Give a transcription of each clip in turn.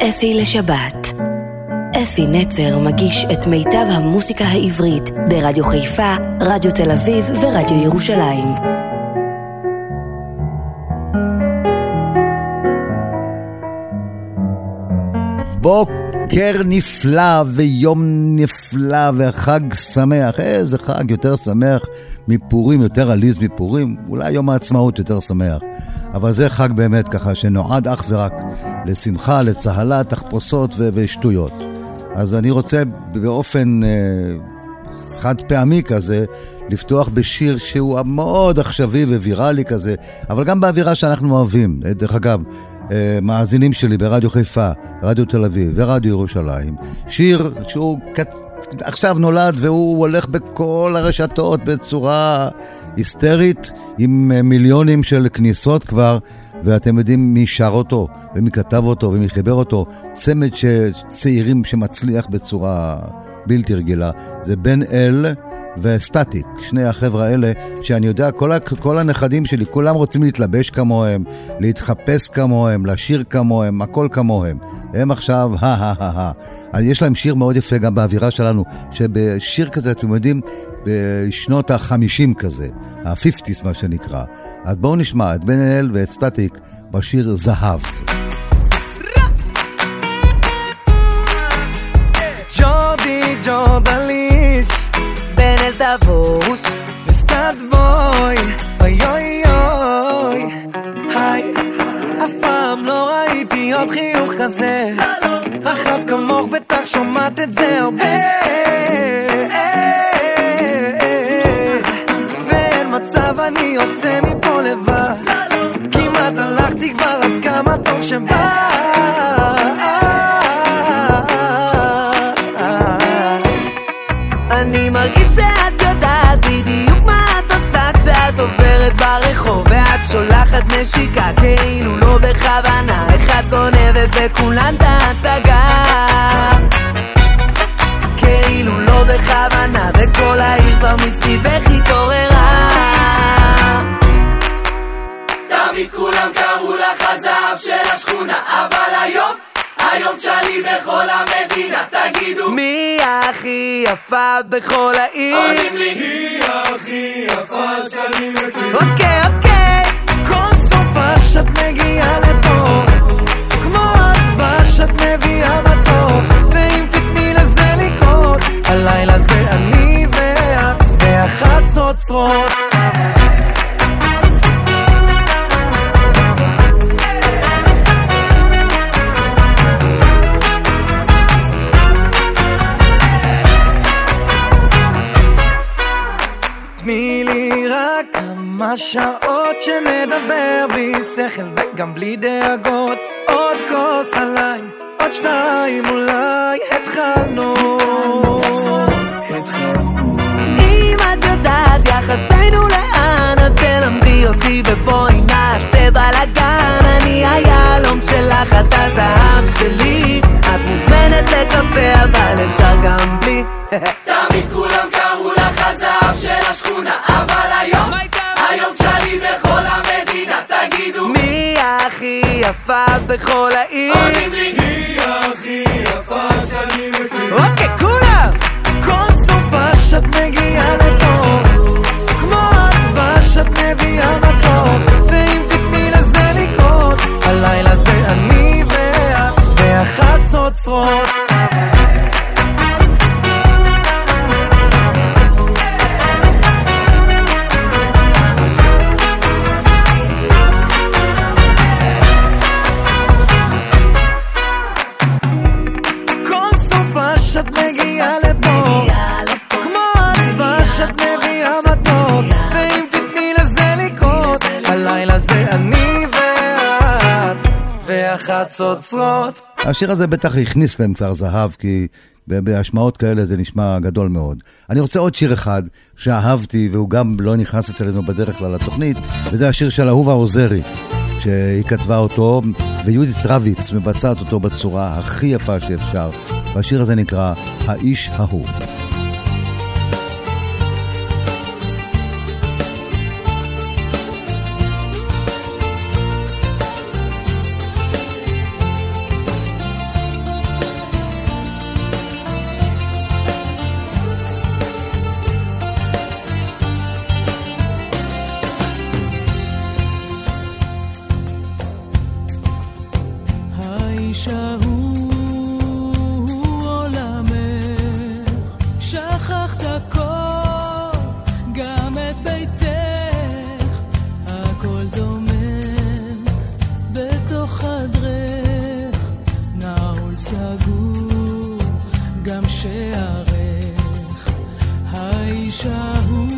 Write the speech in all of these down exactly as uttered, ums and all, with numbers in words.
אפי לשבת. אפי נצר מגיש את מיטב המוסיקה העברית ברדיו חיפה, רדיו תל אביב ורדיו ירושלים. בוקר נפלא ויום נפלא וחג שמח. איזה חג יותר שמח מפורים, יותר עליז מפורים, אולי יום העצמאות יותר שמח, אבל זה חג באמת ככה שנועד אך ורק לשמחה, לצהלה, תחפושות ו- ושטויות. אז אני רוצה באופן אה, חד פעמי כזה לפתוח בשיר שהוא מאוד עכשווי וויראלי כזה, אבל גם באווירה שאנחנו אוהבים. דרך אגב, אה, מאזינים שלי ברדיו חיפה, רדיו תל אביב ורדיו ירושלים, שיר שהוא קט... עכשיו נולד והוא הולך בכל הרשתות בצורה היסטרית עם מיליונים של כניסות כבר, ואתם יודעים מי שר אותו ומי כתב אותו ומי חיבר אותו. צמד צעירים שמצליח בצורה בלתי רגילה, זה בן אל וסטטיק, שני החבר'ה האלה שאני יודע, כל, כל הנכדים שלי כולם רוצים להתלבש כמוהם, להתחפש כמוהם, לשיר כמוהם, הכל כמוהם. הם עכשיו הא הא הא הא. אז יש להם שיר מאוד יפה גם באווירה שלנו, שבשיר כזה אתם יודעים בשנות החמישים כזה, ה-חמישים מה שנקרא. אז בואו נשמע את בן אל ואת סטטיק בשיר זהב. ג'ורדי ג'ורדליש בן אל תבוש וסטאט בוי אוי אוי אוי היי, אף פעם לא ראיתי עוד חיוך כזה, אחת כמוך בטח שומעת את זה הרבה, ואין מצב אני יוצא מפה לבד, כמעט הלכתי כבר אז כמה טוב שבא. אני מרגיש שאת יודעת בדיוק מה את עושה כשאת עוברת ברחוב ואת שולחת נשיקה כאילו לא בכוונה, אחד גונבת וכולן את ההצגה כאילו לא בכוונה, וכל העיר כבר מסביבך התעוררה. תמיד כולם קראו לך הזהב של השכונה, אבל היום היום שלי בכל המדינה, תגידו מי הכי יפה בכל העיר? עונים לי היא הכי יפה שאני מכיר. אוקיי אוקיי, כל סופה שאת מגיעה לפה כמו הדבש שאת מביאה מתוק, ואם תתני לזה לקרות הלילה זה אני ואת והחצוצרות. תני לי רק כמה שעות שנדבר בלי שכל וגם בלי דאגות, עוד כוס עליי, עוד שתיים אולי התחלנו. אם את יודעת יחסינו לאן אז תלמדי אותי ובואי נעשה בלגן, אני היעלום שלך את הזהב שלי, את מוזמנת לקפה אבל אפשר גם בלי. תמיד כולם קראו לך הזהב של השכונה, אבל היום היום שלי בכל המדינה, תגידו מי הכי יפה בכל העיר? עונים לי היא הכי יפה שאני מכיר. אוקיי כולם, כל סופה שאת מגיעה לפה כמו הדבש שאת מביאה מתוק, ואם תתני לזה לקרות הלילה זה אני ואת והחצוצרות. שאת מגיעה לפה כמו הדבש שאת מביאה מתוק, ואם תתני לזה לקרות הלילה זה אני ואת והחצוצרות. השיר הזה בטח הכניס להם כבר זהב, כי בהשמעות כאלה זה נשמע גדול מאוד. אני רוצה עוד שיר אחד שאהבתי והוא גם לא נכנס אצלנו בדרך כלל לתוכנית, וזה השיר של אהובה עוזרי שהיא כתבה אותו, ויהודית רביץ מבצעת אותו בצורה הכי יפה שאפשר, והשיר הזה נקרא האיש ההוא. האישה הוא עולמך, שכחת הכל, גם את ביתך, הכל דומם בתוך חדרך, נעול סגור, גם שערך, האישה הוא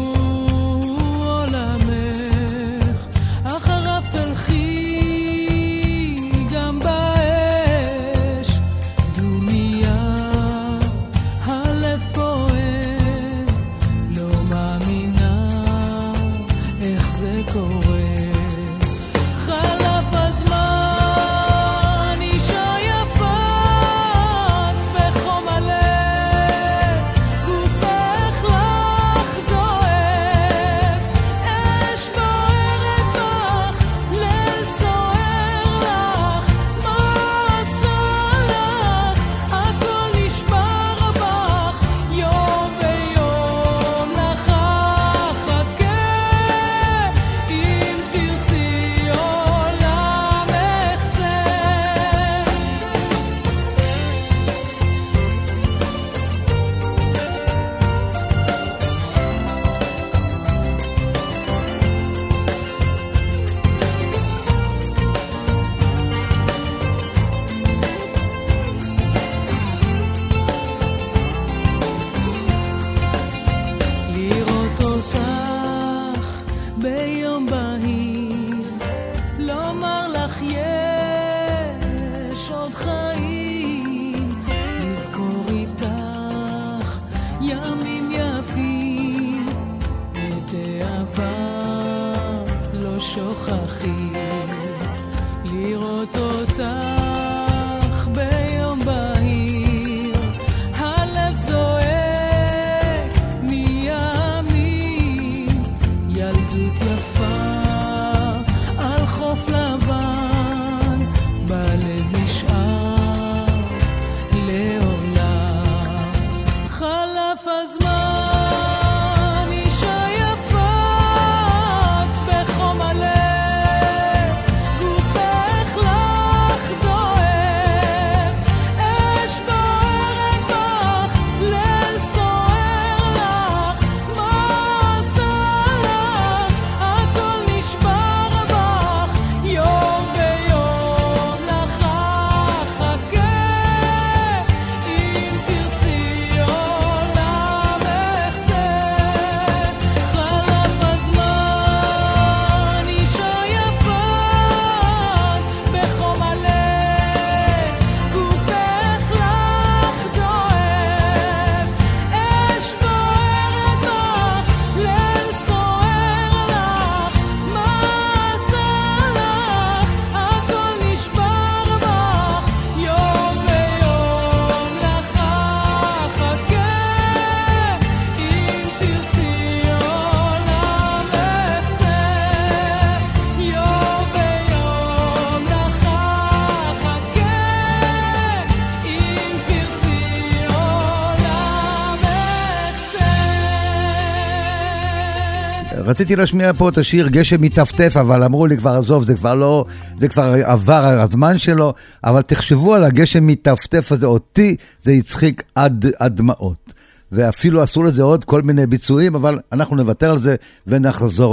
רציתי להשמיע פה את השיר גשם מטפטף, אבל אמרו לי כבר עזוב, זה כבר לא, זה כבר עבר הזמן שלו, אבל תחשבו על הגשם מטפטף הזה, אותי זה יצחיק עד, עד דמעות. ואפילו עשו לזה עוד כל מיני ביצועים, אבל אנחנו נוותר על זה ונחזור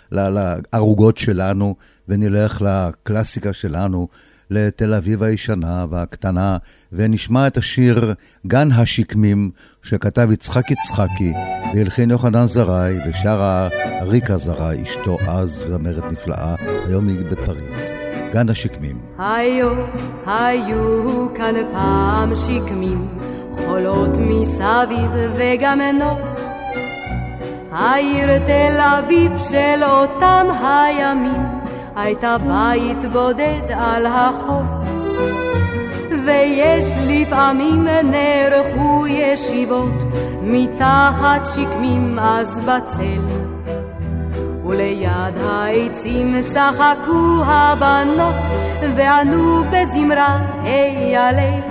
לערוגות שלנו, ונלך לקלאסיקה שלנו, לתל אביב הישנה והקטנה, ונשמע את השיר גן השקמים, שכתב יצחק יצחקי, והלחין יוחנן זרעי, ושרה ריקה זרעי, אשתו אז, זמרת נפלאה, היום היא בפריז. גן השקמים. היו, היו כאן פעם שקמים, חולות מסביב וגם נוף, העיר תל אביב של אותם הימים, הייתה בית בודד על החוף, ויש לפעמים נערכו ישיבות מתחת שקמים אז בצל, וליד העצים צחקו הבנות וענו בזמרה היי הליל.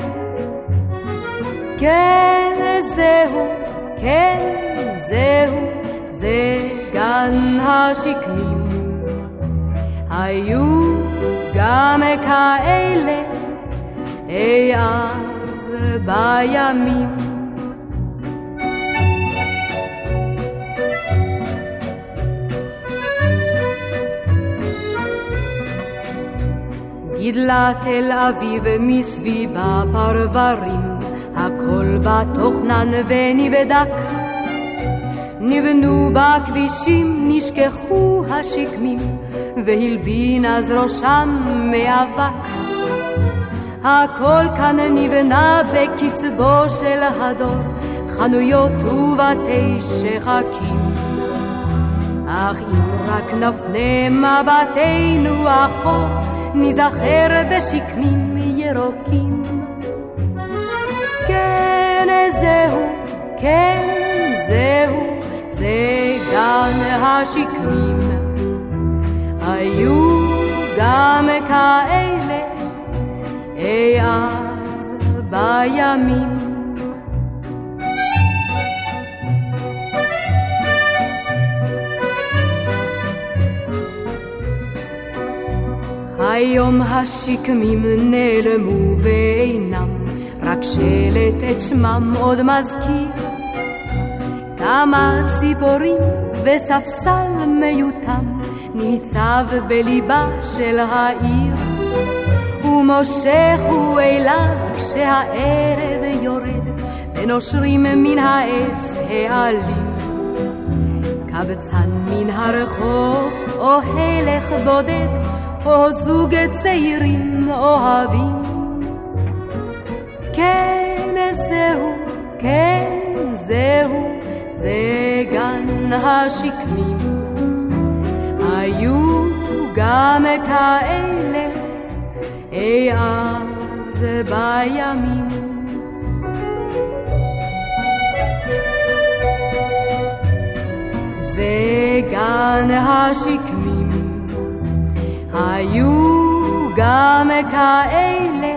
כן זהו, כן זהו, זה גן השקמים. היו גם כאלה אי אז בימים. גידלה תל אביב מסביב הפרברים, הכל בתוכנן ונבדק. נבנו בכבישים, נשכחו השקמים, והלבין אז ראשם מאבק. הכל כאן נבנה בקצבו של הדור, חנויות ובתי שחקים. אך אם רק נפנה מבטנו אחור, נזכר בשקמים ירוקים. כן זהו, כן זהו, זה גן השקמים. היו גם כאלה אי אז בימים. היום השקמים נעלמו ואינם, רק שלט את שמם עוד מזכיר. כמה ציפורים וספסל מיותם ניצב בליבה של העיר, ומושך הוא אליו כשהערב יורד, ונושרים מן העץ העלים. קבצן מן הרחוב או הלך בודד, או זוג צעירים אוהבים. כן זהו, כן זהו, זה גן השקמים. היו גם כאלה אי אז בימים. זה גן השקמים. היו גם כאלה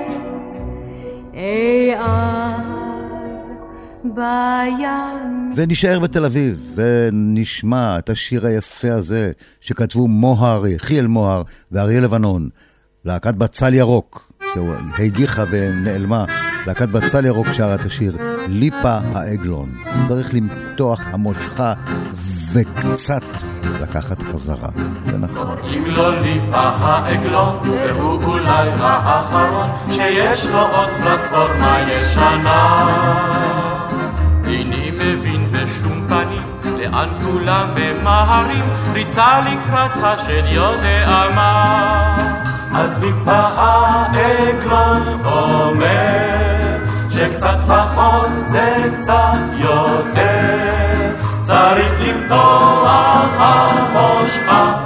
אי אז בימים. ונשאר בתל אביב ונשמע את השיר היפה הזה שכתבו מוהר, יחיאל מוהר ואריה לבנון, להקת בצל ירוק שהגיחה ונעלמה. להקת בצל ירוק שרה את השיר ליפה העגלון. צריך למתוח המושכה וקצת לקחת חזרה. זה נכון. אם לא ליפה העגלון, והוא אולי האחרון שיש לו עוד פלטפורמה ישנה. איני מבין בשום פנים לאן כולם ממהרים, ריצה לקראת השד יודע מה. אז ליפה העגלון אומר שקצת פחות זה קצת יותר, צריך למתוח המושכה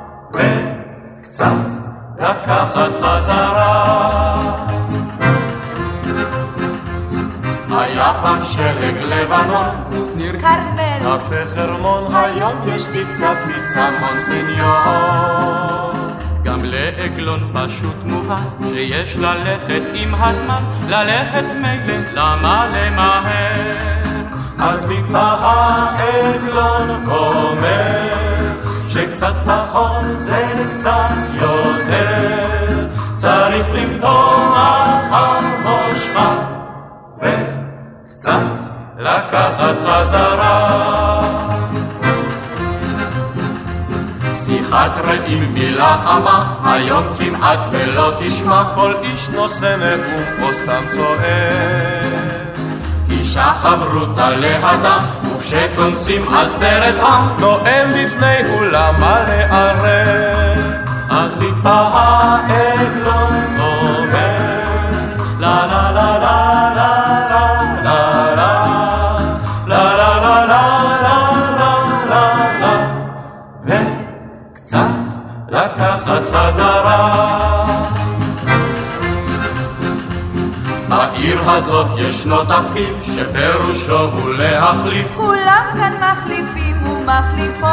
וקצת לקחת חזרה. היה פעם שלג לבנון, סניר קרמל, קפה חרמון, היום יש פיצה פיצה מונסניור. גם לעגלון פשוט מובן שיש ללכת עם הזמן, ללכת מילא, למה למהר? אז ליפה העגלון אומר שקצת פחות זה קצת יותר, צריך למתוח המושכה וקצת לקחת חזרה. שיחת רעים מילה חמה, היום כמעט ולא תשמע, כל איש נושא נאום או סתם צועק. אישה חברותה לאדם, וכשכונסים על סרט עם, נואם בפני אולם לערב. אז ליפה העגלון אומר לה לה לה לה לה לה לה לה לה לה וקצת לקחת חזרה. בעיר הזאת ישנו תחביב שפירושו הוא להחליף, כולם כאן מחליפים ומחליפות,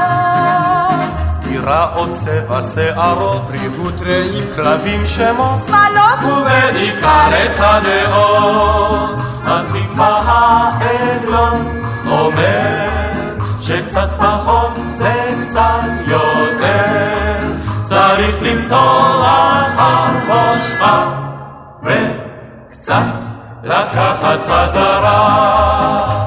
דירה או צבע שערות, ריהוט רעים, כלבים שמות, שמאלות ובעיקר את הדעות. אז ליפה העגלון אומר שקצת פחות זה קצת יותר, צריך למתוח המושכה וקצת קצת לקחת חזרה.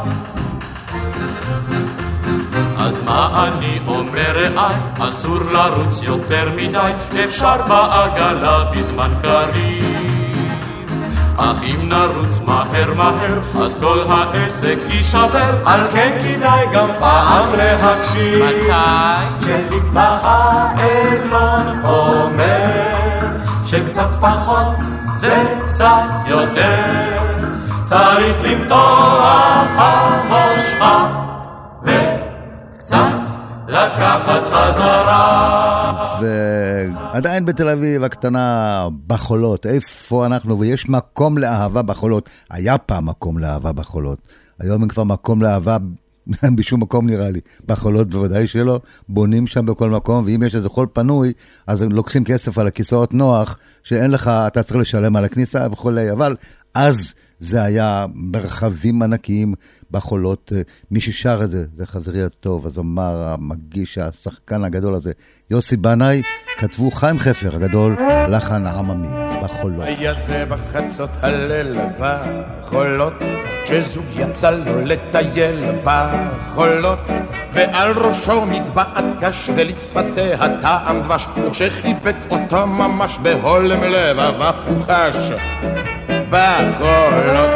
אז מה אני אומר רעי, אסור לרוץ יותר מדי, אפשר בעגלה בזמן קריב. אך אם נרוץ מהר מהר, אז כל העסק יישבר, על כן כדאי גם פעם להקשיב. מתי? כשנקבע העגלון אומר, שקצת פחות זה קצת יותר, צריך למתוח המושכה וקצת לקחת חזרה. ועדיין בתל אביב הקטנה בחולות, איפה אנחנו? ויש מקום לאהבה בחולות. היה פעם מקום לאהבה בחולות, היום אין כבר מקום לאהבה בשום מקום נראה לי. בחולות בוודאי שלא, בונים שם בכל מקום, ואם יש איזה חול פנוי, אז הם לוקחים כסף על הכיסאות נוח, שאין לך, אתה צריך לשלם על הכניסה וכולי, אבל אז זה היה מרחבים ענקיים בחולות. מי ששר את זה, זה חברי הטוב, אז אמר המגיש, השחקן הגדול הזה, יוסי בנאי, כתבו חיים חפר הגדול, לחן עממי, בחולות. היה זה בחצות הליל בחולות, כשזוג יצא לו לטייל בחולות, ועל ראשו מגבעת קש ולשפתיה טעם דבש, וכשחיבק אותו ממש בהולם לבביו הוא חש בחולות.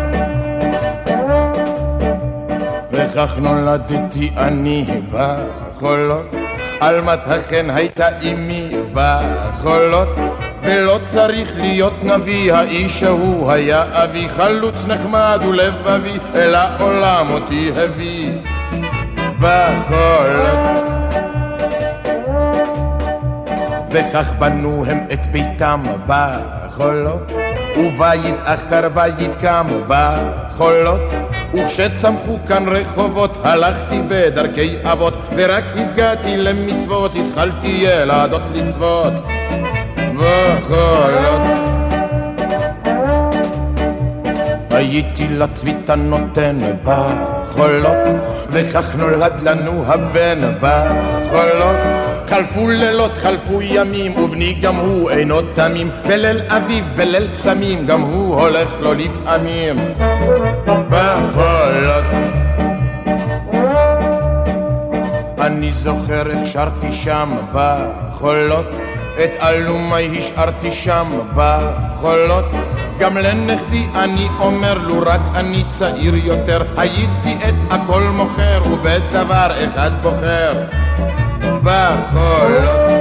וכך נולדתי אני בחולות, אלמת החן הייתה אמי בחולות, ולא צריך להיות נביא, האיש ההוא היה אבי, חלוץ נחמד ולבבי, אל העולם אותי הביא בחולות. וכך בנו הם את ביתם בחולות, ובית אחר בית קם בחולות, וכשצמחו כאן רחובות הלכתי בדרכי אבות, ורק הגעתי למצוות התחלתי ילדות לצוות בחולות. הייתי לצביתה נותן בחולות, וכך נולד לנו הבן בחולות. חלפו לילות, חלפו ימים, ובני גם הוא אינו תמים, בליל אביב, בליל קסמים, גם הוא הולך לו לפעמים בחולות. אני זוכר איך שרתי שם בחולות, את אלומי השארתי שם בחולות, גם לנכדי אני אומר לו רק אני צעיר יותר, הייתי את הכל מוכר ובדבר אחד בוחר בחולות.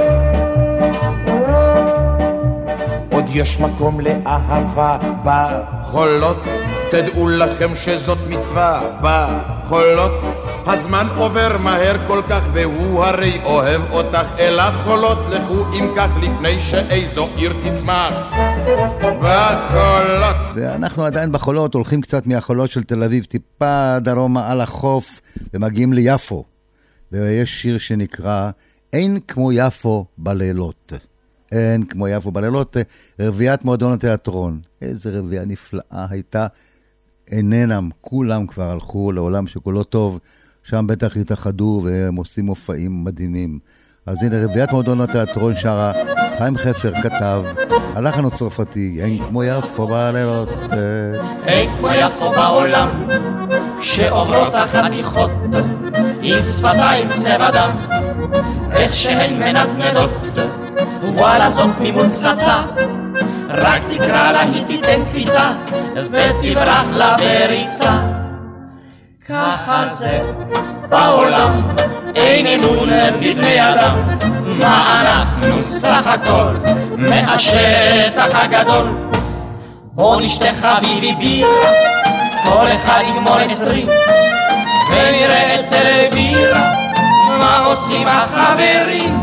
עוד יש מקום לאהבה בחולות, תדעו לכם שזאת מצווה בחולות. הזמן עובר מהר כל כך והוא הרי אוהב אותך, אל החולות לכו אם כך לפני שאיזו עיר תצמח בחולות. ואנחנו עדיין בחולות, הולכים קצת מהחולות של תל אביב טיפה דרומה על החוף ומגיעים ליפו, ויש שיר שנקרא אין כמו יפו בלילות. אין כמו יפו בלילות, רביעת מועדון התיאטרון. איזה רביעה נפלאה הייתה. איננם, כולם כבר הלכו לעולם שכולו טוב, שם בטח התאחדו והם עושים מופעים מדהימים. אז הנה רביעת מועדון התיאטרון שרה, חיים חפר כתב, הלחן הצרפתי, אין כמו יפו בלילות. אין כמו יפו בעולם, שעוברות החתיכות עם שפתיים צבע דם, איך שהן מנדנדות, וואלה זאת ממול פצצה, רק תקרא לה היא תיתן קפיצה ותברח לה בריצה. ככה זה בעולם, אין אמון בבני אדם, מה אנחנו סך הכל מהשטח הגדול. בוא נשתה חביבי בירה, כל אחד יגמור עשרים, ונראה אצל אלבירה מה עושים החברים.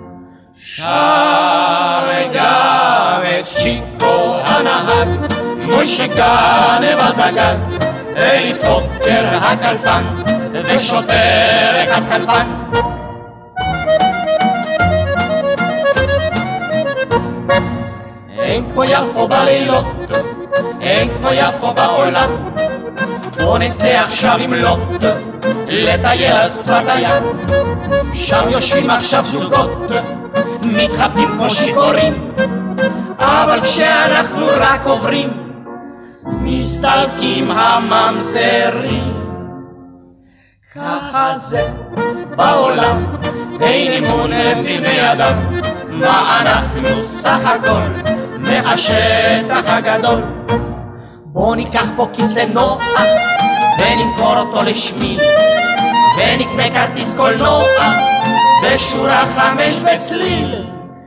שם גם את צ'יקו הנהג, מוישה גנב הזגג, אלי פופר הקלפן, ושוטר אחד חלפן. אין כמו יפו בלילות, אין כמו יפו בעולם, בוא נצא עכשיו עם לוט, לטייל על שפת הים. שם יושבים עכשיו זוגות, מתחבקים כמו שיכורים, אבל כשאנחנו רק עוברים, מסתלקים הממזרים. ככה זה בעולם, אין אמון בבני אדם, מה אנחנו סך הכל מהשטח הגדול. בוא ניקח פה כיסא נוח ונמכור אותו לשמי, ונקנה כרטיס קולנוע בשורה חמש בצליל.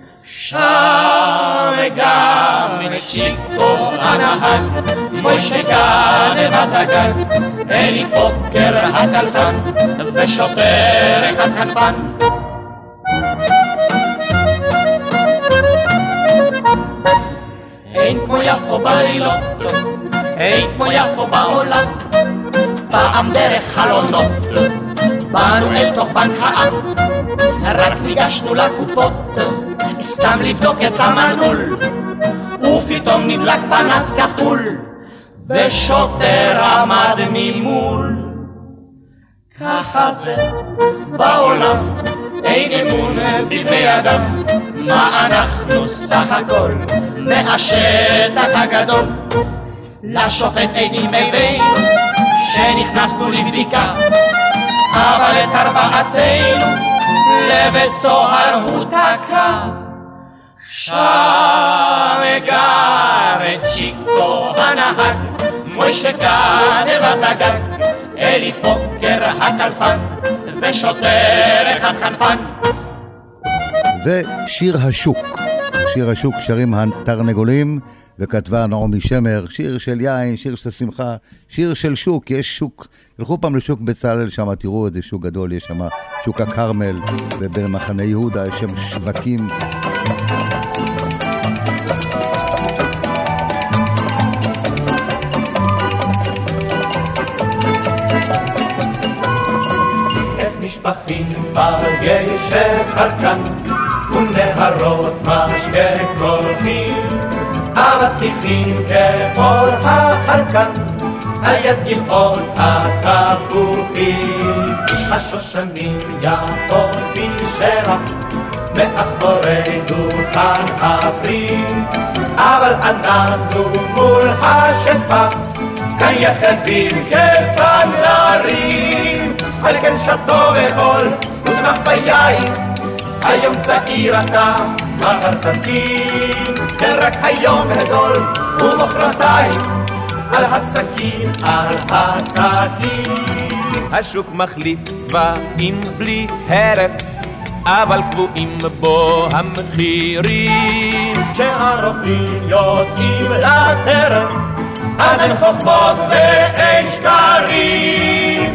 שם גם צ'יקו הנהג, מוישה גנב הזגג, אלי פוקר הטלפן, ושוטר אחד חנפן. אין כמו יפו בלילות, אין כמו יפו בעולם, פעם דרך חלונות באנו אל תוך בנק העם, רק ניגשנו לקופות סתם לבדוק את המנעול, ופתאום נדלק פנס כפול ושוטר עמד ממול. ככה זה בעולם, אין אמון בבני אדם, מה אנחנו סך הכל מהשטח הגדול. לשופט עדים הבאנו שנכנסנו לבדיקה, אבל את ארבעתנו לבית סוהר הוא תקע. שם גר צ'יקו הנהג, מוישה גנב הזגג, אלי פוקר הטלפן, ושוטר אחד חנפן. ושיר השוק, שיר השוק שרים התרנגולים, וכתבה נעמי שמר, שיר של יין, שיר של שמחה, שיר של שוק. יש שוק, תלכו פעם לשוק בצלאל, שם תראו איזה שוק גדול, יש שם שוק הכרמל, ובמחנה יהודה יש שם שווקים. משפחים בגשר חרקן ונהרות משקה קולחים, אבטיחים כאור החרקן על יד גבעות התפוחים. השושנים יפות בשרע מאחורי דוכן הפרי, אבל אנחנו מול השפע כאן יחדים כסנדלרים. על כן שתו וחול וזמח ביין, היום צעיר אתה מחר תסכים, כן רק היום הזול ומחרתיים על הסכין, על הסכין. השוק מחליף צבעים בלי הרף, אבל קבועים בו המחירים. כשהרופאים יוצאים לטרף, אז אין חוכמות ואין שקרים.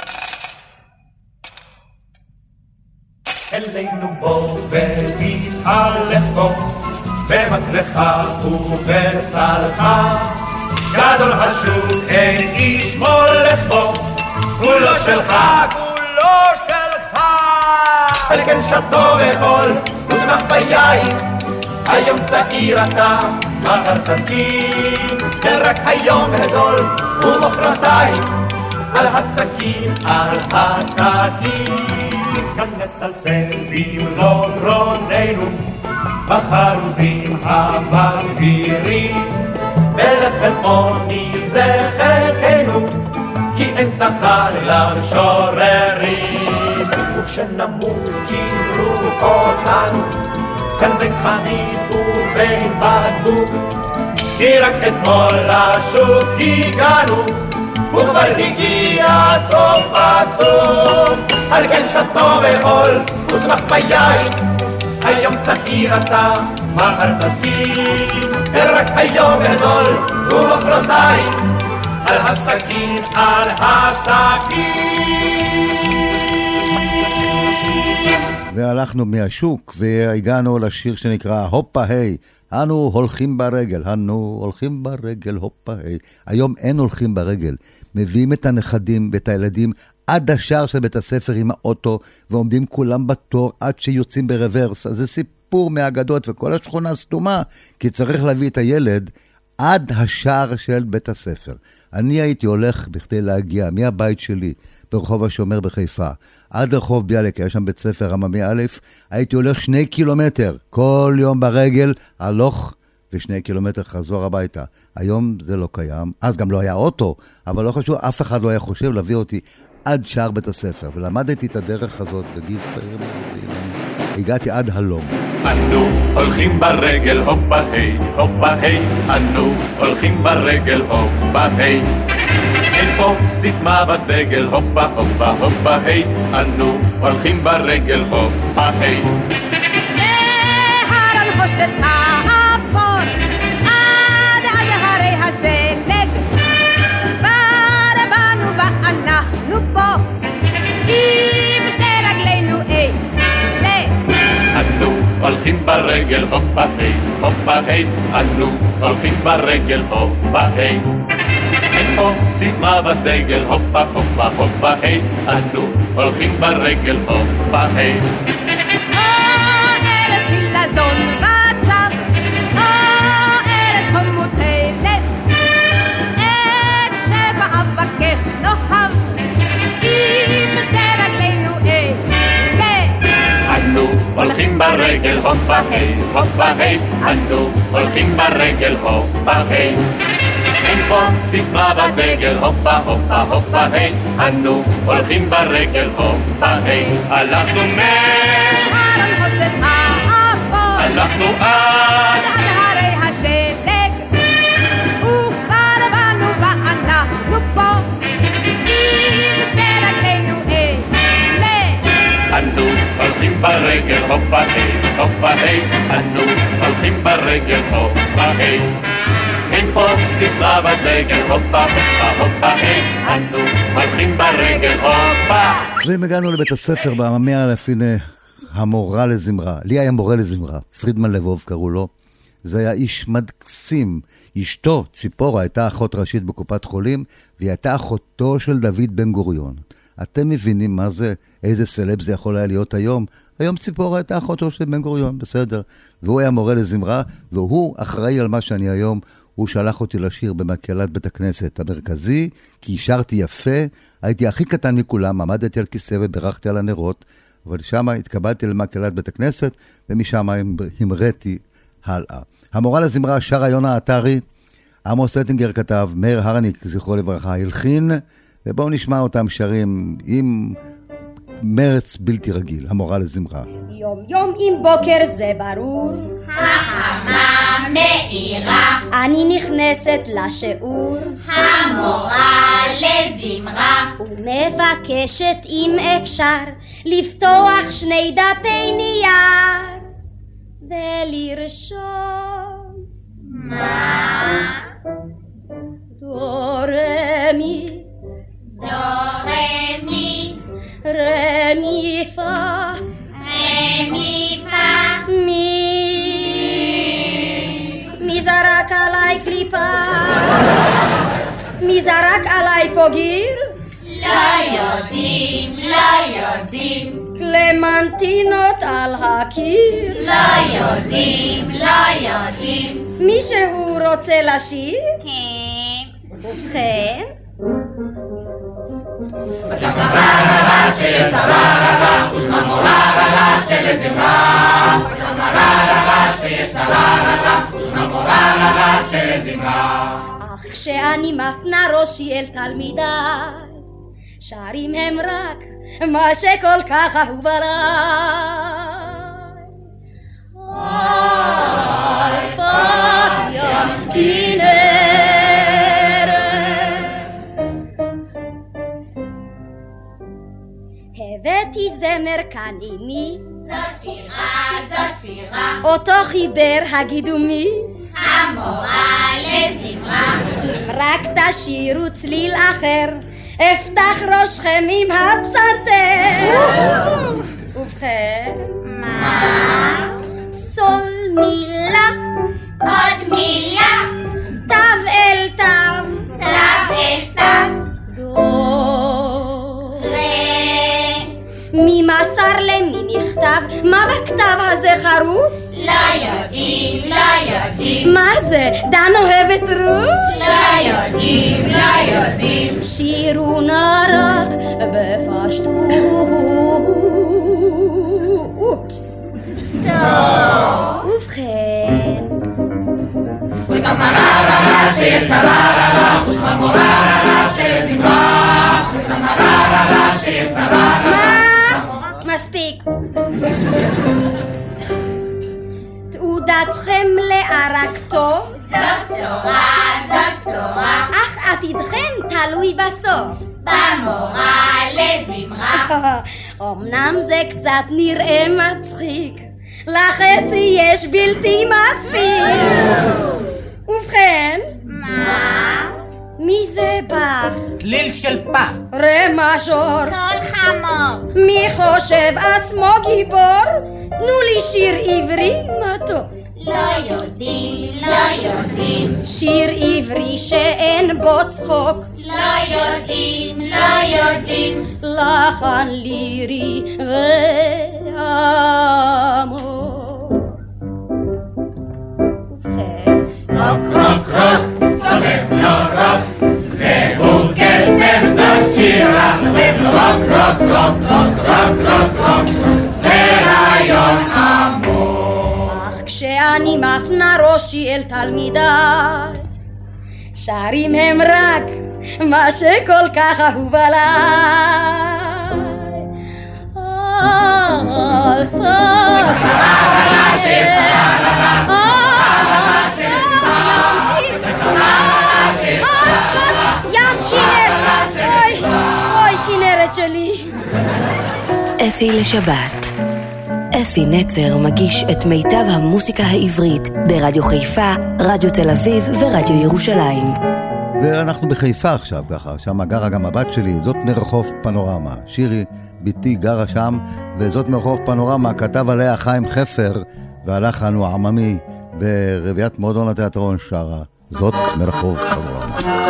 אלינו בוא ותתהלך בו, במטרחה ובסלך, גדול השוק אין איש מולך בו, כולו שלך, כולו שלך. על כן שתו וחול וזמח ביין, היום צעיר אתה מחר תסכים, כן רק היום הזול ומחרתיים על הסכין, על הסכין. כאן נסלסל במלוא גרוננו בחרוזים המגבירים, בלחם עוני זה חלקנו, כי אין שכר למשוררים. וכשנמות קיבלו אותנו כאן בין חנית ובין בקבוק, כי רק אתמול לשוק הגענו וכבר הגיע סוף הסוף. על כן שתו וחול וזמח ביין, היום צעיר אתה מחר תסכים, רק היום הזול ומחרתיים על הסכין, על הסכין. והלכנו מהשוק והגענו לשיר שנקרא הופה היי, אנו הולכים ברגל, אנו הולכים ברגל, הופה היי. היום אין הולכים ברגל, מביאים את הנכדים ואת הילדים עד השער של בית הספר עם האוטו, ועומדים כולם בתור עד שיוצאים ברוורס. אז זה סיפור מהאגדות, וכל השכונה סתומה, כי צריך להביא את הילד עד השער של בית הספר. אני הייתי הולך בכדי להגיע מהבית שלי ברחוב השומר בחיפה, עד רחוב ביאליק, היה שם בית ספר עממי א', הייתי הולך שני קילומטר, כל יום ברגל, הלוך ושני קילומטר חזור הביתה. היום זה לא קיים, אז גם לא היה אוטו, אבל לא חשוב, אף אחד לא היה חושב להביא אותי עד שער בית הספר, ולמדתי את הדרך הזאת בגיל צעיר, הגעתי עד הלום. אנו הולכים ברגל, הופה היי, הופה היי, אנו הולכים ברגל, הופה היי. אין פה סיסמה בדגל, הופה הופה הופה היי, אנו הולכים ברגל, הופה היי. מהר על חושת האפור, עד עד הרי השלג, כבר באנו ואנחנו פה, עם שתי רגלינו אי, ל... אנו הולכים ברגל, הופה היי, הופה היי, אנו הולכים ברגל, הופה היי. אין פה סיסמה בדגל, הופה הופה הופה היי, אנו הולכים ברגל, הופה היי. או ארץ חילזון בצב, או ארץ חומותלת, את שבאבקך נאהב, עם שתי רגלינו אלה. אנו הולכים ברגל, הופה היי, הופה היי, אנו הולכים ברגל, הופה היי. אין פה סיסמה בדגל, הופה הופה הופה היי, אנו הולכים ברגל, הופה היי. הלכנו מהר על חושת האפור, הלכנו עד עד הרי השלג, וכבר באנו ואנחנו פה, עם שתי רגלינו אלה. אנו הולכים ברגל, הופה היי, הופה היי, אנו הולכים ברגל, הופה היי. אין פה סיסמה בדגל, הופה הופה הופה היי, אנו הולכים ברגל, הופה. ואם הגענו לבית הספר במאה לפני המורה לזמרה, לי היה מורה לזמרה, פרידמן לבוב קראו לו, זה היה איש מדקסים, אשתו ציפורה הייתה אחות ראשית בקופת חולים, והיא הייתה אחותו של דוד בן גוריון. אתם מבינים מה זה, איזה סלב זה יכול היה להיות היום? היום ציפורה הייתה אחותו של בן גוריון, בסדר. והוא היה מורה לזמרה, והוא אחראי על מה שאני היום, הוא שלח אותי לשיר במקהלת בית הכנסת המרכזי, כי השרתי יפה, הייתי הכי קטן מכולם, עמדתי על כיסא וברכתי על הנרות, אבל שם התקבלתי למקהלת בית הכנסת, ומשם המראתי הלאה. המורה לזמרה שרה יונה עטרי, עמוס אטינגר כתב, מאיר הרניק, זכרו לברכה, הלחין, ובואו נשמע אותם שרים עם מרץ בלתי רגיל, המורה לזמרה. יום יום עם בוקר זה ברור, החמה מאירה, אני נכנסת לשיעור, המורה לזמרה, ומבקשת אם אפשר לפתוח שני דפי נייר ולרשום מה? דו רמי דו רמי רמי פה רמי פה מי מי זרק עליי קליפה? מי זרק עליי פה גיר? לא יודעים, לא יודעים, קלמנטינות על הקיר? לא יודעים, לא יודעים. מישהו רוצה לשיר? כן. ובכן? בקמררה שיסררה ושמה מוררה שלזמרה, בקמררה שיסררה ושמה מוררה שלזמרה. אך כשאני מפנה ראשי אל תלמידיי, שרים הם רק מה שכל כך אהוב עליי. שפת ים כנרת, הבאתי זמר כאן עימי, זאת שירה, זאת שירה, אותו חיבר הגידו מי? המורה לזמרה. אם רק תשירו צליל אחר, אפתח ראשכם עם הפסנתר. ובכן? מה? סול מילה, עוד מילה, תו אל תו, תו אל תו, דו, ר. מי מסר למי מכתב? מה בכתב הזה חרוף? לא יודעים, לא יודעים. מה זה? דן אוהבת רות? לא יודעים, לא יודעים. שירו נא רק בפשטות. טוב. ובכן, המררה שיש תררה, חוץ מהמוררה שיש זמרה, את המררה שיש תררה. מה? מספיק. תעודתכם לערק טוב? זאת בשורה, זאת בשורה. אך עתידכם תלוי בסוף. במורה לזמרה. אמנם זה קצת נראה מצחיק, לחצי יש בלתי מספיק. ובכן, מה? מי זה בך? צליל של פה. רה מז'ור. קול חמור. מי חושב עצמו גיבור? תנו לי שיר עברי מתוק. לא יודעים, לא יודעים. שיר עברי שאין בו צחוק. לא יודעים, לא יודעים. לחן לירי ועמוק. רוק רוק רוק, סובב לו רוק, זהו קצב זאת שירה. סובב לו רוק רוק רוק רוק רוק רוק רוק, זה רעיון עמוק. אך כשאני מפנה ראשי אל תלמידיי, שרים הם רק מה שכל כך אהוב עליי. על סוף ים כנרת, אוי, אוי כנרת שלי. אפי לשבת. אפי נצר מגיש את מיטב המוסיקה העברית ברדיו חיפה, רדיו תל אביב ורדיו ירושלים. ואנחנו בחיפה עכשיו ככה, שם גרה גם הבת שלי, זאת מרחוב פנורמה. שירי, ביתי, גרה שם, וזאת מרחוב פנורמה, כתב עליה חיים חפר, והלחן הוא עממי, ורביית מועדון התיאטרון שרה, זאת מרחוב פנורמה.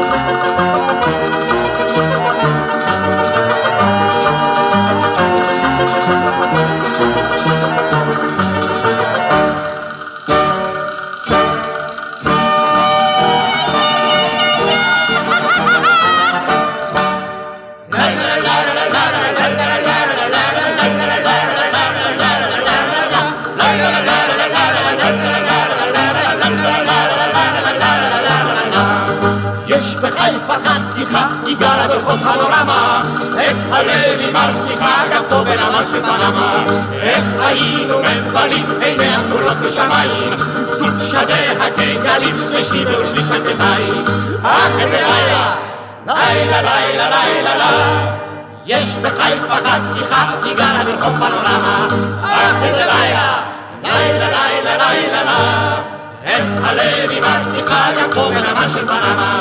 היא גרה ברחוב פנורמה, איך הלב היא מרתיחה גם פה בנמל של פנמה. איך היינו מבלים עיני התולות בשמיים, סוג שדה כגלים שלישי ושליש כתיים. אך איזה לילה, לילה לילה לילה לילה, יש בחיפה חתיכה, היא גרה ברחוב פנורמה. אך איזה לילה, לילה לילה לילה לילה, איך הלב היא מרתיחה גם פה בנמל של פנמה.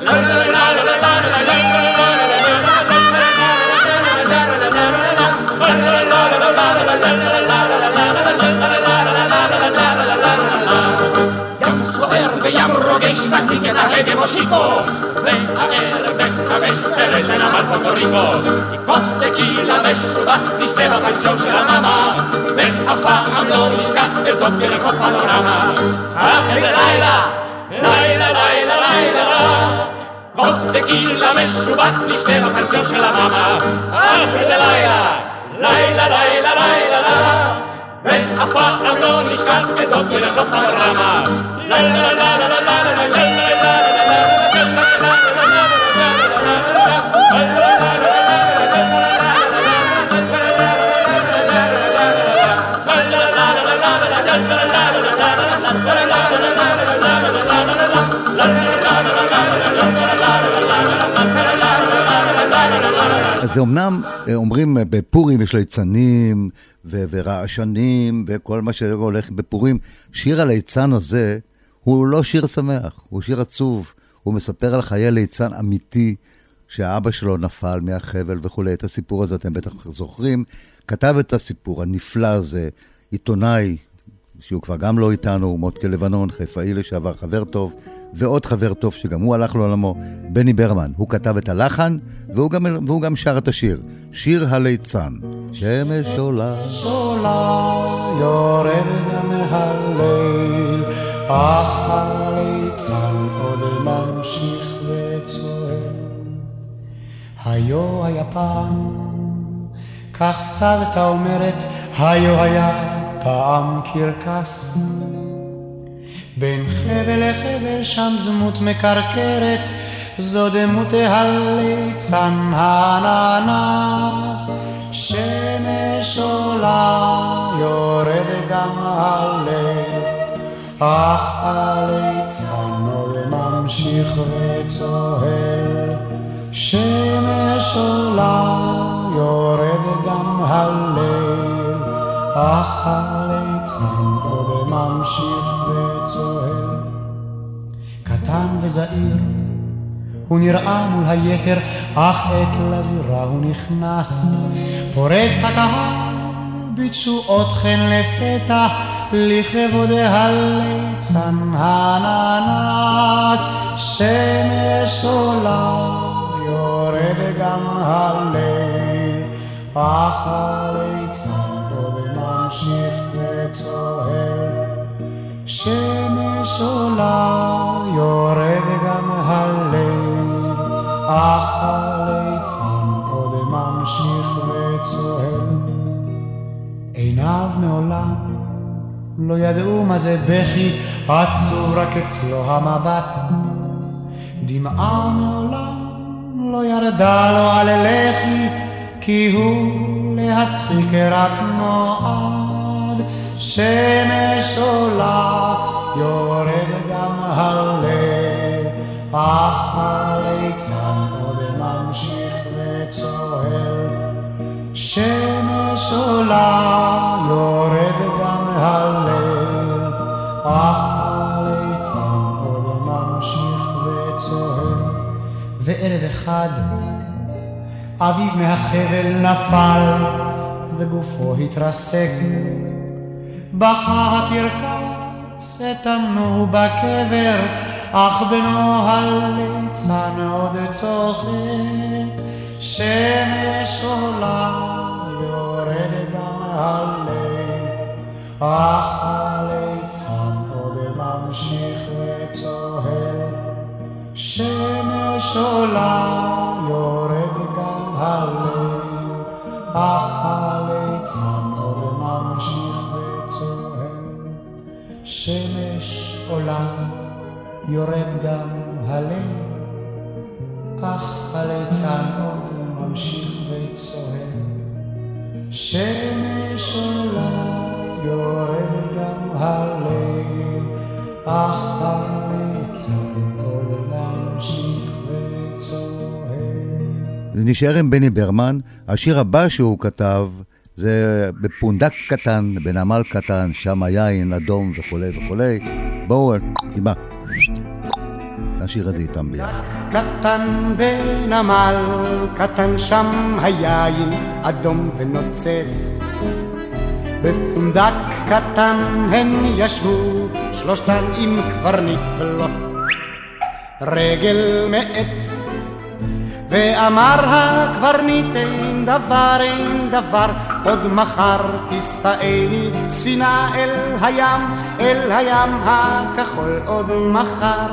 ים סוער וים רוגש, תחזיק את ההגה מושיקו, והערב מחמש פרש לנמל פורטוריקו. כוס טקילה משובח נשתה בפנסיון של המאמה, ואף פעם לא נשכח את זאת ברחוב פנורמה. אך איזה לילה, לילה לילה לילה, כוס טקילה משובח נשתה בפנסיון של המאמה. אך איזה לילה, לילה לילה לילה, ואף פעם לא נשכח את זאת ברחוב פנורמה. לילה לילה לילה אז זה אומנם, אומרים בפורים יש ליצנים ו- ורעשנים וכל מה שהולך בפורים. שיר הליצן הזה הוא לא שיר שמח, הוא שיר עצוב. הוא מספר על חיי ליצן אמיתי שהאבא שלו נפל מהחבל וכו'. את הסיפור הזה אתם בטח זוכרים. כתב את הסיפור הנפלא הזה, עיתונאי, שהוא כבר גם לא איתנו, מוטקה לבנון, חיפאי לשעבר, חבר טוב, ועוד חבר טוב שגם הוא הלך לעולמו, בני ברמן. הוא כתב את הלחן, והוא גם, והוא גם שר את השיר. שיר הליצן. שמש עולה. עולה יורדת מהליל, אך הליצן עוד ממשיך וצועק. היו היה פעם, כך סבתא אומרת, היו היה פעם קרקס, בין חבל לחבל שם דמות מקרקרת, זו דמות הליצן הננס. שמש עולה יורד גם הליל, אך הליצן עוד ממשיך וצוהל. שמש עולה יורד גם הליל, אך הליצן עוד ממשיך וצוהל. קטן וזעיר הוא נראה מול היתר, אך עת לזירה הוא נכנס. פורץ הקהל בתשואות חן לפתע, לכבוד הליצן הננס. שמש עולה יורד גם הליל, אך הליצן עוד ממשיך וצוהל. שמש עולה יורד גם הליל, אך הליצן עוד ממשיך וצוהל. עיניו מעולם לא ידעו מה זה בכי, עצוב רק אצלו המבט. דמעה מעולם לא ירדה לו על לחי, כי הוא להצחיק רק נועד. שמש עולה יורד גם הליל, אך הליצן עוד ממשיך וצוהל. שמש עולה יורד גם הליל, אך הליצן עוד ממשיך וצוהל. וערב אחד אביו מהחבל נפל וגופו התרסק, בכה הקרקס התאמנו בקבר, אך בנו הליצן עוד צוחק. שמש עולה יורד גם הליל, אך הליצן עוד ממשיך וצוהל. שמש עולה יורד גם הליל, אך הליצן עוד ממשיך וצוהל. שמש עולה יורד גם הליל, אך הליצן עוד ממשיך וצוהל. שמש עולה יורד גם הליל, אך הליצן עוד ממשיך וצוהל. נשאר עם בני ברמן. השיר הבא שהוא כתב זה בפונדק קטן, בנמל קטן, שם היין אדום וכולי וכולי. בואו עם ה... השיר הזה איתם ביחד. קטן בנמל קטן, שם היין אדום ונוצץ. בפונדק קטן הן ישבו שלושתן עם קברניט ולא רגל מעץ. ואמר הקברניט אין דבר אין דבר, עוד מחר תישאני ספינה אל הים, אל הים הכחול עוד מחר.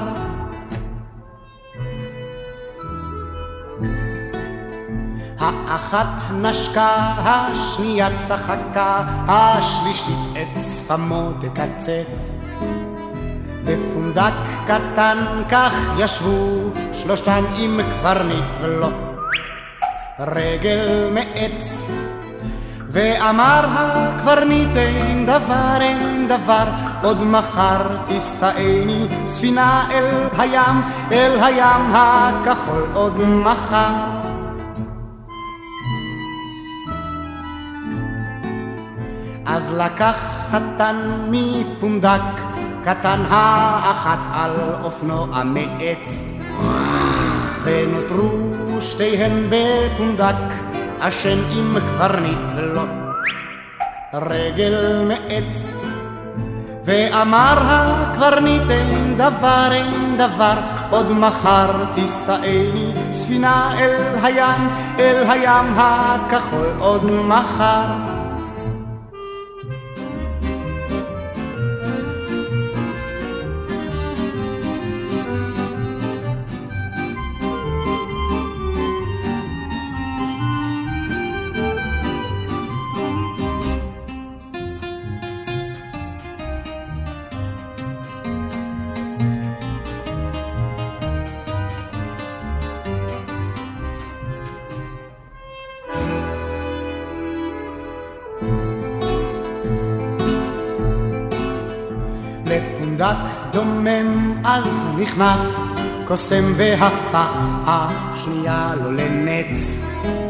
האחת נשקה, השנייה צחקה, השלישית את שפמו תקצץ. בפונדק קטן כך ישבו שלושתן עם קברניט ולא רגל מעץ. ואמר הקברניט אין דבר אין דבר, עוד מחר תישאני ספינה אל הים, אל הים הכחול עוד מחר. אז לקח חתן מפונדק קטן האחת על אופנוע מעץ, ונותרו שתיהן בפונדק אשן עם קברניט ולא רגל מעץ. ואמר הקברניט אין דבר אין דבר, עוד מחר תישאני ספינה אל הים, אל הים הכחול עוד מחר. בפונדק דומם אז נכנס קוסם והפך השנייה לו לנץ,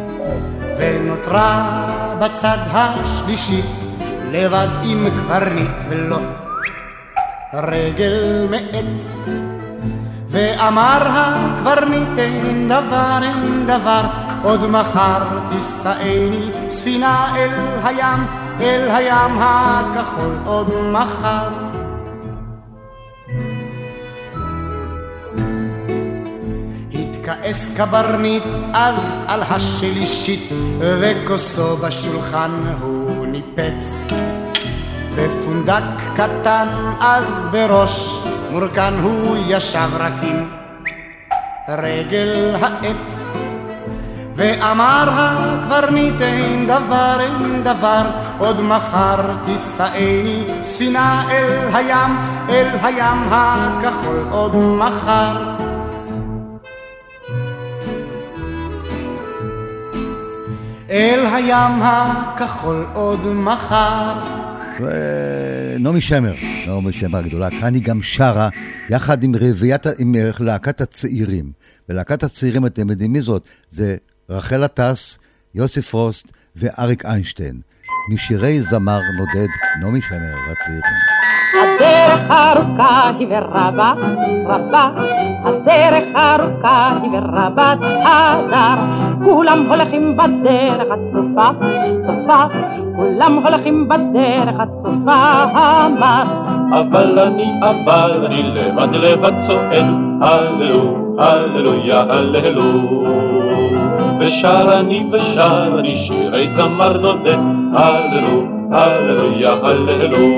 ונותרה בצד השלישית לבד עם קברניט ולא רגל מעץ. ואמר הקברניט אין דבר אין דבר, עוד מחר תישאני ספינה אל הים, אל הים הכחול עוד מחר. התכעס קברניט אז על השלישית, וכוסו בשולחן הוא ניפץ. בפונדק קטן אז בראש מורכן הוא ישב רק עם רגל העץ. ואמר הקברניט אין דבר אין דבר, עוד מחר תישאני ספינה אל הים, אל הים הכחול עוד מחר. אל הים הכחול עוד מחר. נעמי שמר, נעמי שמר הגדולה, כאן היא גם שרה יחד עם רביית, עם להקת הצעירים. ולהקת הצעירים, אתם יודעים מי זאת? זה רחל עטס, יוסי פרוסט ואריק איינשטיין. משירי זמר נודד נעמי שמר והצעירים. הדרך ארוכה היא ורבה, רבה, הדרך ארוכה היא ורבת הדר, כולם הולכים בדרך הצופה, צופה, כולם הולכים בדרך הצופה המר. אבל אני, אבל אני לבד לבד צועד, הללו, הללויה, הללו. ושר אני ושר אני שירי זמר נודד, הללו, הללויה, הללו.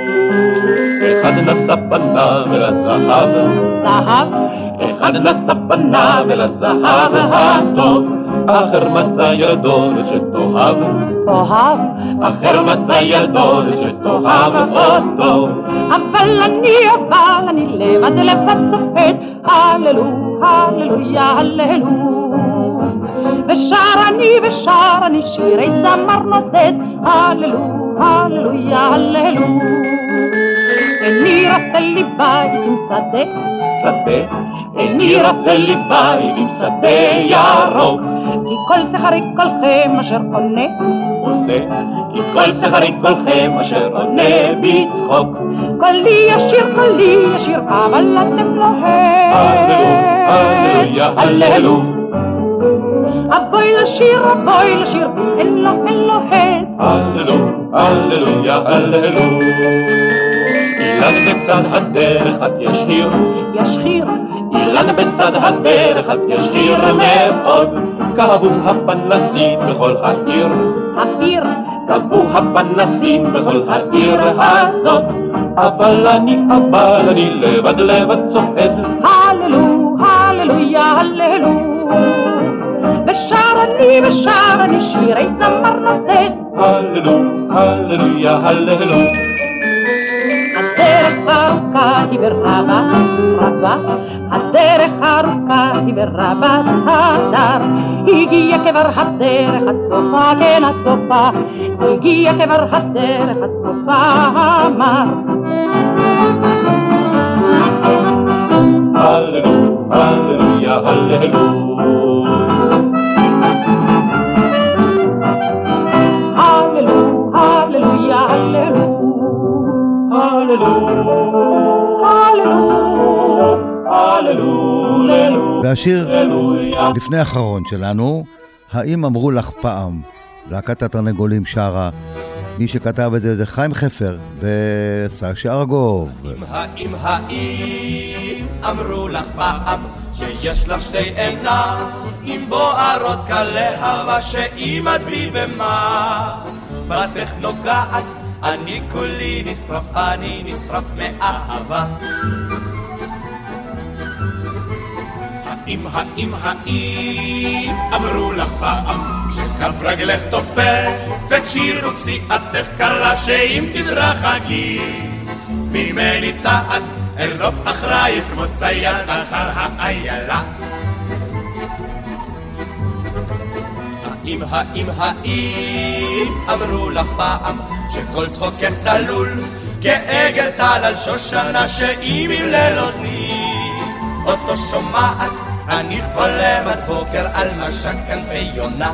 אחד נשא פניו אל הזהב, זהב, אחד נשא פניו אל הזהב הטוב, אחר מצא ילדו שתאהב, תאהב, אחר מצא ילדו שתאהב אותו. אבל אני, אבל אני לבד לבד צוחד, הללו, הללויה, הללו. ושר אני ושר אני שירי זמר נודד, הללו, הללויה, הללו. איני רוצה לי בית עם שדה, שדה, איני רוצה לי בית עם שדה ירוק, כי כל שחרי כולכם אשר עונה, עונה, כי כל שחרי כולכם אשר עונה בצחוק. קולי ישיר, קולי ישיר, אבל אתם לא הם. הללו, הללויה, הללו. אבוי לשיר, אבוי לשיר, אין לו, אין לו הד. הללו, הללויה, הללו. אילן בצד הדרך את ישיר, ישיר, אילן בצד הדרך את ישיר מאוד, כבו הפנסים בכל העיר, העיר, כבו הפנסים בכל העיר הזאת. אבל אני, אבל אני לבד לבד צוחד, הללו, הללויה, הללו. ושר אני ושר אני שירי זמר נודד, הללו, הללויה, הללו. הדרך ארוכה היא ורבה, רבה, הדרך ארוכה היא ורבת הדר, הגיע כבר הדרך הצופה, כן הצופה, הגיע כבר הדרך הצופה המר. הללו, הללויה, הללו. הללו, הללויה, הללו. והשיר לפני האחרון שלנו, האם אמרו לך פעם, להקת התרנגולים שרה, מי שכתב את זה זה חיים חפר וסשי ארגוב. האם האם אמרו לך פעם שיש לך שתי עיניים בוערות כלהבה שאימד בי במה בתך נוגעת אני כולי נשרף, אני נשרף מאהבה. האם, האם, האם אמרו לך פעם שכף רגלך תופפת שיר ופסיעתך קלה שאם תדרחקי ממני צעד ארדוף אחרייך כמו צייד אחר האיילה. האם, האם, האם אמרו לך פעם שכל צחוקך צלול כעגל טל על שושנה שאם עם ללוזני אותו שומעת אני חולם עד בוקר על משק כנפי יונה.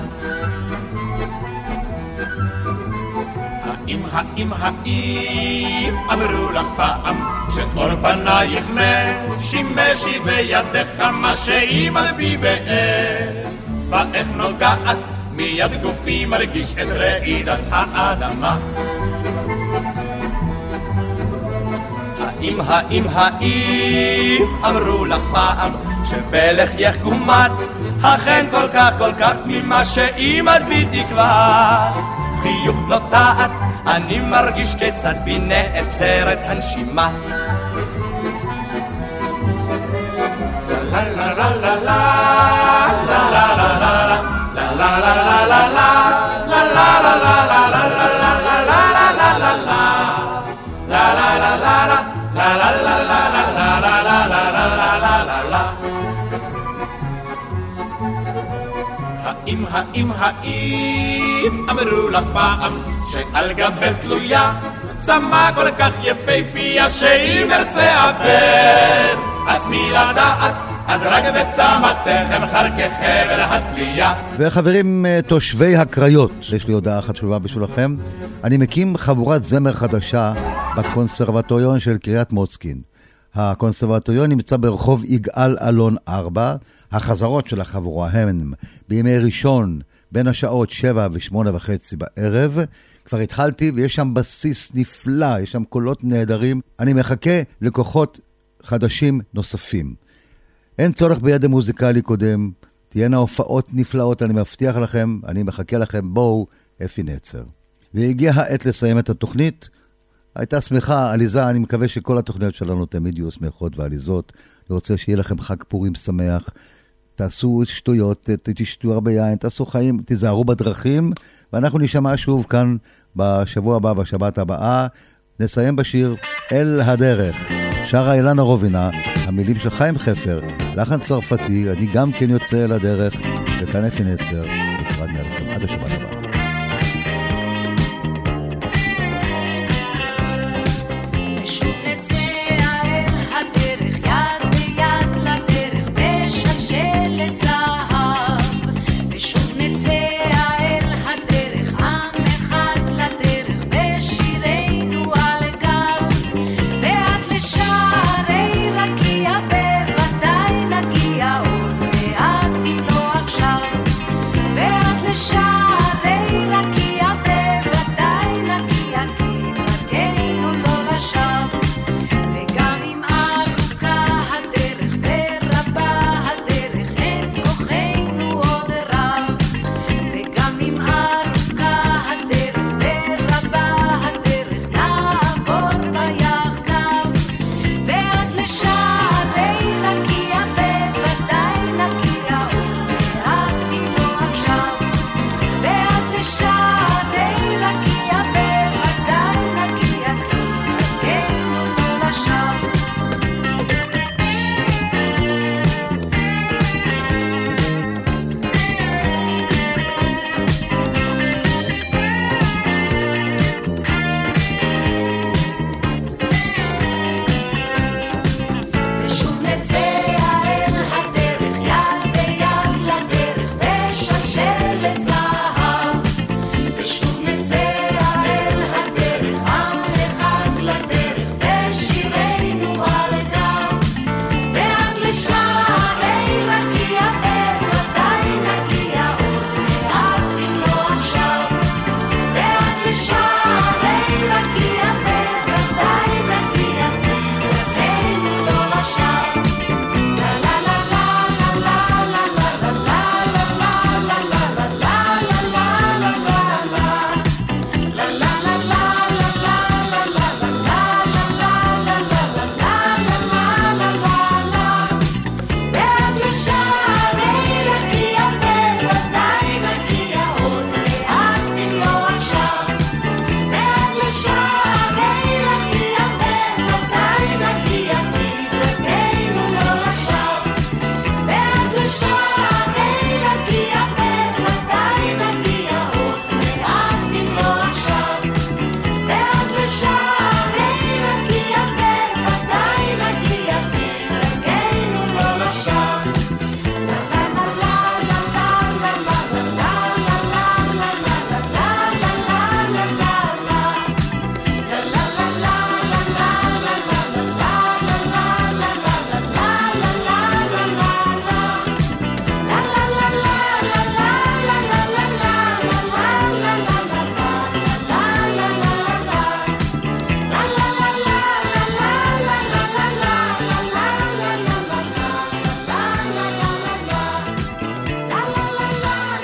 האם, האם, האם אמרו לך פעם שאור פנייך משימשי בידך מה שאם על בי באר צבאך נוגעת מיד גופי מרגיש את רעידת האדמה. האם, האם, האם אמרו לך פעם שבלך יחכומת אכן כל כך כל כך תמימה שאם את בי תקוות חיוך לא טעת אני מרגיש כיצד בי נעצרת הנשימה. לה לה לה לה לה לה לה לה לה לה לה לה לה לה לה האם, האם, האם אמרו לך פעם שעל גבך תלויה צמא כל כך יפהפייה שאם ארצה אבד עצמי לדעת אז רק בצמתכם חרכי חבל התלייה. וחברים תושבי הקריות, יש לי הודעה אחת חשובה בשבילכם. אני מקים חבורת זמר חדשה בקונסרבטוריון של קריית מוצקין. הקונסרבטוריון נמצא ברחוב יגאל אלון ארבע. החזרות של החבורה הם בימי ראשון בין השעות שבע ושמונה וחצי בערב. כבר התחלתי ויש שם בסיס נפלא, יש שם קולות נהדרים. אני מחכה לכוחות חדשים נוספים. אין צורך בידע מוזיקלי קודם, תהיינה הופעות נפלאות, אני מבטיח לכם, אני מחכה לכם, בואו, אפי נצר. והגיעה העת לסיים את התוכנית, הייתה שמחה, עליזה, אני מקווה שכל התוכניות שלנו תמיד יהיו שמחות ועליזות, אני רוצה שיהיה לכם חג פורים שמח, תעשו שטויות, תשתו הרבה יין, תעשו חיים, תיזהרו בדרכים, ואנחנו נשמע שוב כאן בשבוע הבא, בשבת הבאה, נסיים בשיר אל הדרך. שרה אילנה רובינה, המילים של חיים חפר, לחן צרפתי, אני גם כן יוצא אל הדרך, וכאן אפי נצר, נפרד מעליכם, עד השבת הבאה. shine.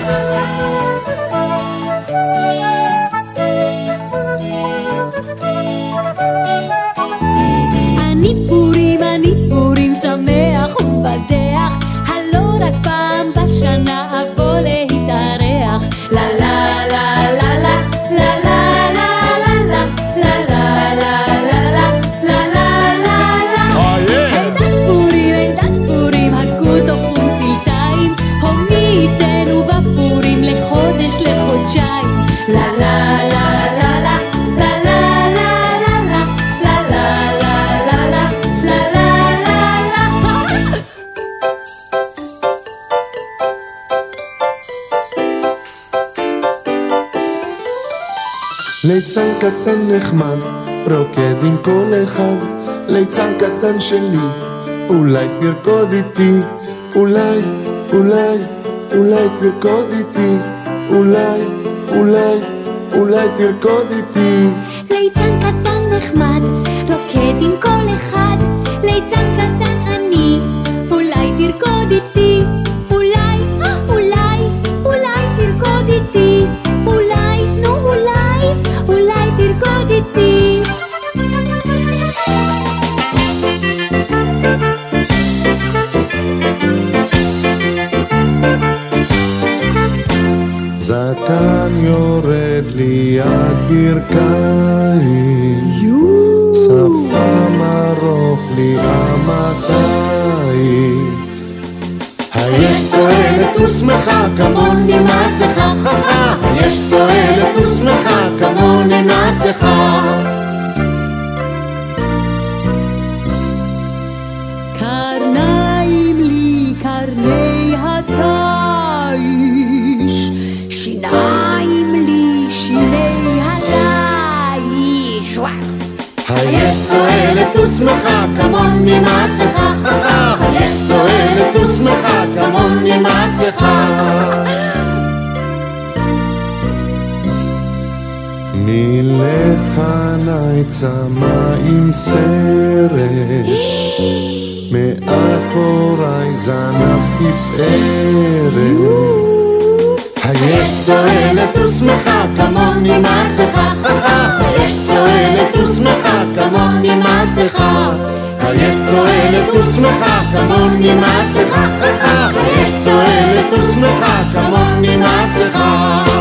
אני פורים, אני פורים שמח ובדח, הלא רק פעם בשנה אבוא להתארח. לה לה לה לה לה לה לה לה לה לה לה לה לה לה לה. עידת פורים, עידת פורים, הכו תאכלו צלתיים, מי ייתנו בפורים לחודש לחודשיים. לה לה לה לה לה ליצן קטן נחמד, רוקד עם כל אחד, ליצן קטן שלי, אולי תרקוד איתי, אולי, אולי, אולי תרקוד איתי, אולי, אולי, אולי תרקוד איתי. ליצן קטן נחמד, רוקד עם כל אחד, ליצן קטן אני, אולי תרקוד איתי, אולי, אולי, אולי תרקוד איתי, אולי, נו אולי, אולי תרקוד איתי. זקן יורד ליד ברכיים, שפם ארוך לי המתיים, היש צועלת ושמחה כמוני מסכה, היש צועלת ושמחה כמוני מסכה. קרניים לי קרני התיש, שיניים לי שיני הליש. היש צועלת ושמחה כמוני מסכה, היש צועלת ושמחה כמוני מסכה. מלפני צמא עם סרט, מאחורי זנב תפארת. היש צועלת ושמחה כמוני מסכה, היש צועלת ושמחה כמוני מסכה, היש צועלת ושמחה כמוני מסכה, היש צועלת ושמחה כמוני מסכה.